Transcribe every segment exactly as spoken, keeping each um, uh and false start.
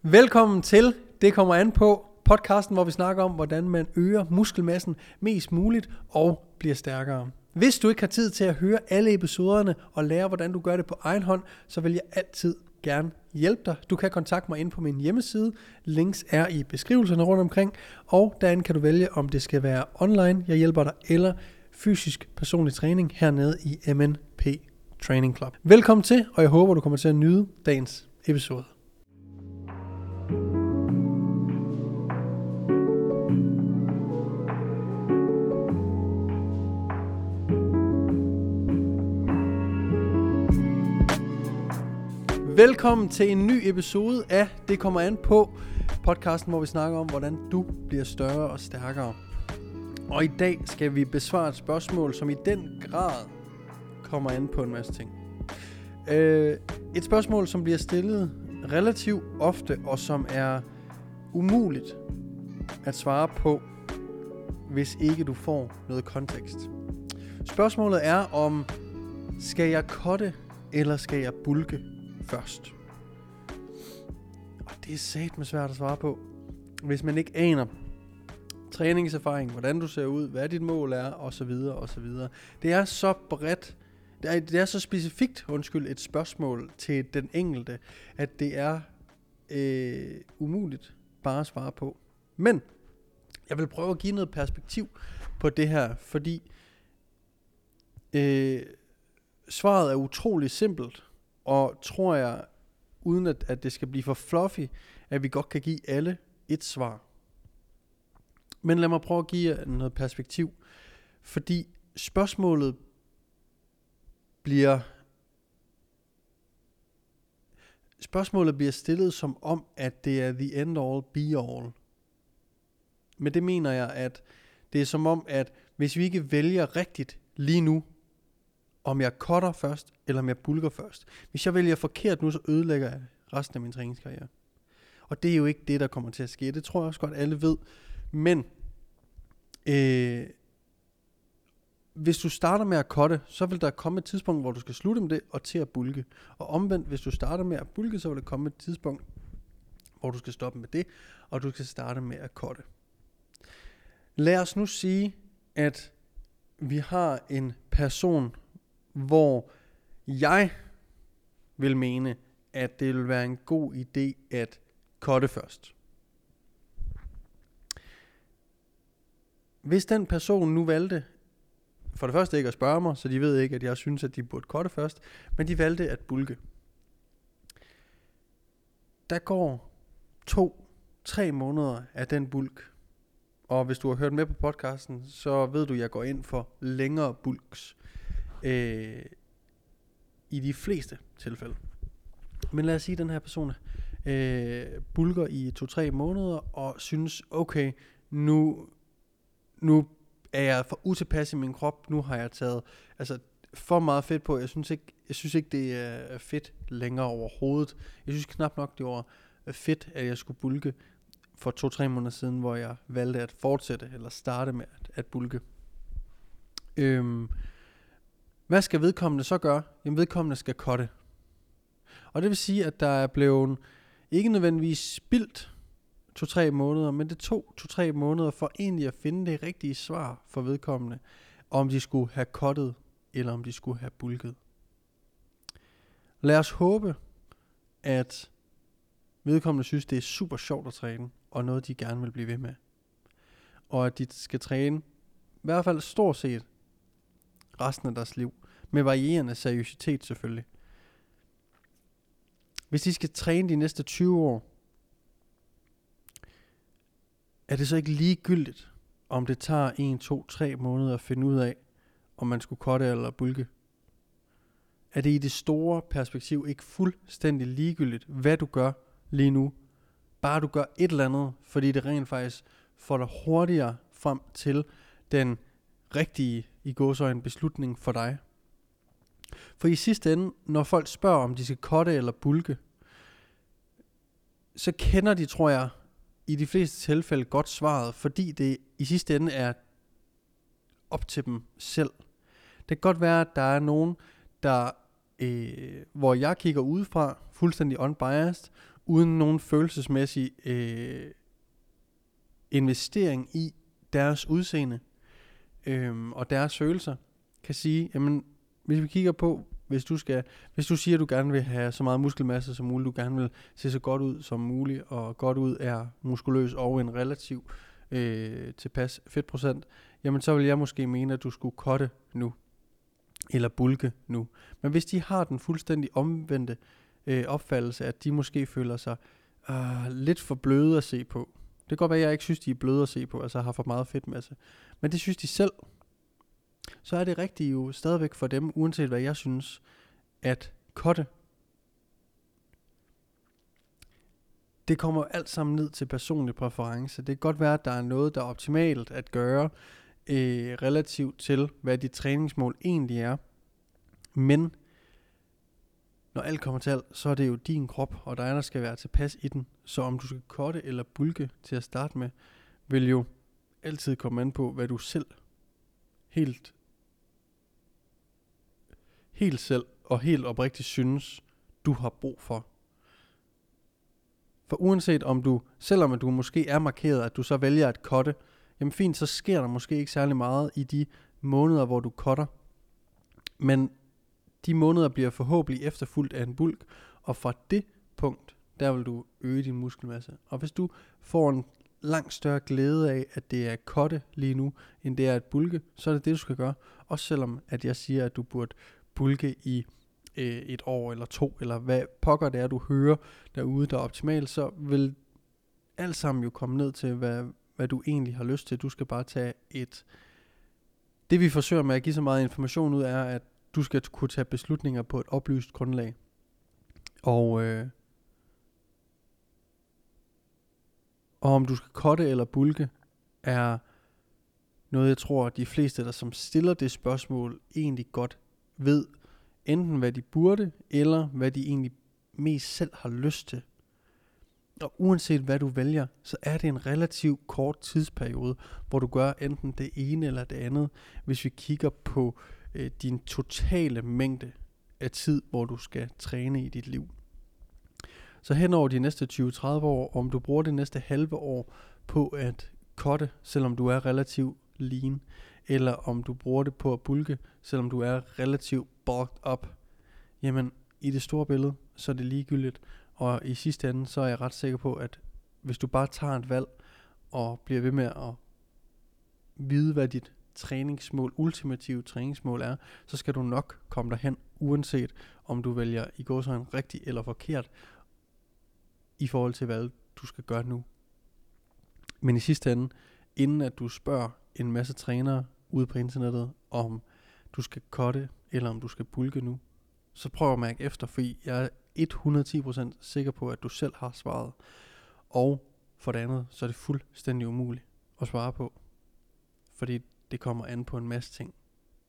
Velkommen til Det kommer an på podcasten, hvor vi snakker om, hvordan man øger muskelmassen mest muligt og bliver stærkere. Hvis du ikke har tid til at høre alle episoderne og lære, hvordan du gør det på egen hånd, så vil jeg altid gerne hjælpe dig. Du kan kontakte mig ind på min hjemmeside. Links er i beskrivelserne rundt omkring, og derinde kan du vælge, om det skal være online, jeg hjælper dig, eller fysisk personlig træning hernede i M N P Training Club. Velkommen til, og jeg håber, du kommer til at nyde dagens episode. Velkommen til en ny episode af Det kommer an på podcasten, hvor vi snakker om, hvordan du bliver større og stærkere. Og i dag skal vi besvare et spørgsmål, som i den grad kommer an på en masse ting. Øh, et spørgsmål, som bliver stillet relativt ofte, og som er umuligt at svare på, hvis ikke du får noget kontekst. Spørgsmålet er om, skal jeg cutte, eller skal jeg bulke først? Og det er satme svært at svare på, hvis man ikke aner træningserfaring, hvordan du ser ud, hvad dit mål er, og så videre, og så videre. Det er så bredt, det er, det er så specifikt, undskyld, et spørgsmål til den enkelte, at det er øh, umuligt bare at svare på. Men jeg vil prøve at give noget perspektiv på det her, fordi øh, svaret er utrolig simpelt, og tror jeg, uden at, at det skal blive for fluffy, at vi godt kan give alle et svar. Men lad mig prøve at give jer noget perspektiv. Fordi spørgsmålet bliver Spørgsmålet bliver stillet som om, at det er the end all be all. Men det mener jeg, at det er som om, at hvis vi ikke vælger rigtigt lige nu, om jeg cutter først, eller om jeg bulker først. Hvis jeg vælger forkert nu, så ødelægger jeg resten af min træningskarriere. Og det er jo ikke det, der kommer til at ske. Det tror jeg også godt, alle ved. Men øh, hvis du starter med at cutte, så vil der komme et tidspunkt, hvor du skal slutte med det, og til at bulke. Og omvendt, hvis du starter med at bulke, så vil der komme et tidspunkt, hvor du skal stoppe med det, og du skal starte med at cutte. Lad os nu sige, at vi har en person, hvor jeg vil mene, at det vil være en god idé at cutte først. Hvis den person nu valgte, for det første ikke at spørge mig, så de ved ikke, at jeg synes, at de burde cutte først, men de valgte at bulke. Der går to, tre måneder af den bulk. Og hvis du har hørt med på podcasten, så ved du, at jeg går ind for længere bulks. Øh, I de fleste tilfælde. Men lad os sige, at den her person øh, bulker i to-tre måneder og synes, okay, nu, nu er jeg for utilpas i min krop. Nu har jeg taget altså, for meget fedt på. Jeg synes, ikke, jeg synes ikke, det er fedt længere overhovedet. Jeg synes knap nok, det var fedt, at jeg skulle bulke for to-tre måneder siden, hvor jeg valgte at fortsætte eller starte med at, at bulke. Øhm, Hvad skal vedkommende så gøre? Jamen vedkommende skal cutte. Og det vil sige, at der er blevet ikke nødvendigvis spildt to-tre måneder, men det tog to-tre måneder for egentlig at finde det rigtige svar for vedkommende, om de skulle have cuttet, eller om de skulle have bulket. Lad os håbe, at vedkommende synes, det er super sjovt at træne, og noget de gerne vil blive ved med. Og at de skal træne, i hvert fald stort set, resten af deres liv. Med varierende seriøsitet selvfølgelig. Hvis de skal træne de næste tyve år, er det så ikke ligegyldigt, om det tager en, to, tre måneder at finde ud af, om man skulle cutte eller bulke? Er det i det store perspektiv ikke fuldstændig ligegyldigt, hvad du gør lige nu? Bare du gør et eller andet, fordi det rent faktisk får dig hurtigere frem til den rigtige i gåseøjne beslutning for dig. For i sidste ende, når folk spørger, om de skal cutte eller bulke, så kender de, tror jeg, i de fleste tilfælde godt svaret, fordi det i sidste ende er op til dem selv. Det kan godt være, at der er nogen, der, øh, hvor jeg kigger udefra, fuldstændig unbiased, uden nogen følelsesmæssig øh, investering i deres udseende øh, og deres følelser, kan sige, jamen, hvis vi kigger på, hvis du skal, hvis du siger, at du gerne vil have så meget muskelmasse som muligt, du gerne vil se så godt ud som muligt, og godt ud er muskuløs og en relativ øh, tilpas fedtprocent, jamen så vil jeg måske mene, at du skulle cutte nu, eller bulke nu. Men hvis de har den fuldstændig omvendte øh, opfattelse, at de måske føler sig øh, lidt for bløde at se på. Det kan godt være, at jeg ikke synes, de er bløde at se på, altså har for meget fedtmasse. Men det synes de selv. Så er det rigtigt jo stadigvæk for dem, uanset hvad jeg synes, at cutte. Det kommer alt sammen ned til personlig præference. Det kan godt være, at der er noget, der er optimalt at gøre, øh, relativt til, hvad dit træningsmål egentlig er. Men når alt kommer til alt, så er det jo din krop, og der er der skal være tilpas i den. Så om du skal cutte eller bulke til at starte med, vil jo altid komme an på, hvad du selv helt, helt selv og helt oprigtigt synes, du har brug for. For uanset om du, selvom at du måske er markeret, at du så vælger at cutte, jamen fint, så sker der måske ikke særlig meget i de måneder, hvor du cutter. Men de måneder bliver forhåbentlig efterfulgt af en bulk, og fra det punkt, der vil du øge din muskelmasse. Og hvis du får en langt større glæde af, at det er at cutte lige nu, end det er at bulke, så er det det, du skal gøre. Også selvom, at jeg siger, at du burde bulke i øh, et år eller to, eller hvad pokker det er, du hører derude, der er optimalt, så vil alt sammen jo komme ned til, hvad, hvad du egentlig har lyst til. Du skal bare tage et... Det vi forsøger med at give så meget information ud, er, at du skal kunne tage beslutninger på et oplyst grundlag. Og, øh, og om du skal cutte eller bulke, er noget, jeg tror, at de fleste, der som stiller det spørgsmål, egentlig godt ved, enten hvad de burde, eller hvad de egentlig mest selv har lyst til. Og uanset hvad du vælger, så er det en relativt kort tidsperiode, hvor du gør enten det ene eller det andet, hvis vi kigger på øh, din totale mængde af tid, hvor du skal træne i dit liv. Så hen over de næste tyve til tredive år, om du bruger det næste halve år på at cutte, selvom du er relativt lean, eller om du bruger det på at bulke, selvom du er relativt bulked up, jamen i det store billede, så er det ligegyldigt. Og i sidste ende, så er jeg ret sikker på, at hvis du bare tager et valg, og bliver ved med at vide, hvad dit træningsmål, ultimative træningsmål er, så skal du nok komme derhen, uanset om du vælger i går så en rigtig eller forkert, i forhold til hvad du skal gøre nu. Men i sidste ende, inden at du spørger en masse trænere ude på internettet, om du skal cutte, eller om du skal bulke nu, så prøv at mærke efter, fordi jeg er hundrede og ti procent sikker på, at du selv har svaret. Og for det andet, så er det fuldstændig umuligt at svare på. Fordi det kommer an på en masse ting.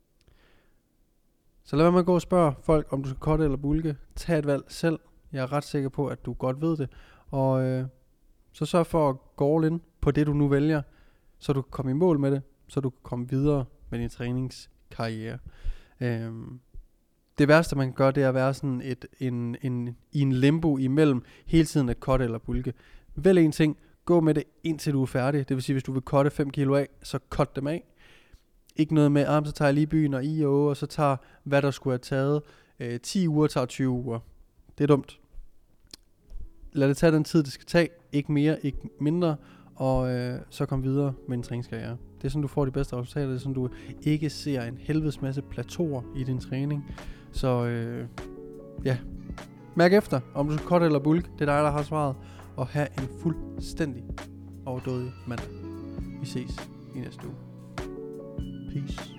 Så lad være med at gå og spørge folk, om du skal cutte eller bulke. Tag et valg selv. Jeg er ret sikker på, at du godt ved det. Og øh, så sørg for at gå all in på det, du nu vælger, så du kan komme i mål med det, så du kan komme videre med din træningskarriere. Øhm, Det værste man kan gøre, det er at være sådan et, en, en, i en limbo imellem hele tiden at cutte eller bulke. Vælg en ting, gå med det indtil du er færdig. Det vil sige, hvis du vil cutte fem kilo af, så cut dem af. Ikke noget med, ah, så tager jeg lige byen og I og, og så tager, hvad der skulle have taget. Øh, ti uger tager tyve uger. Det er dumt. Lad det tage den tid, det skal tage. Ikke mere, ikke mindre. Og øh, så kom videre med en træningskarriere. Det er sådan, du får de bedste resultater. Det er sådan, du ikke ser en helvedes masse plateauer i din træning. Så øh, ja, mærk efter, om du skal cutte eller bulk. Det er dig, der har svaret. Og have en fuldstændig overdådig mandag. Vi ses i næste uge. Peace.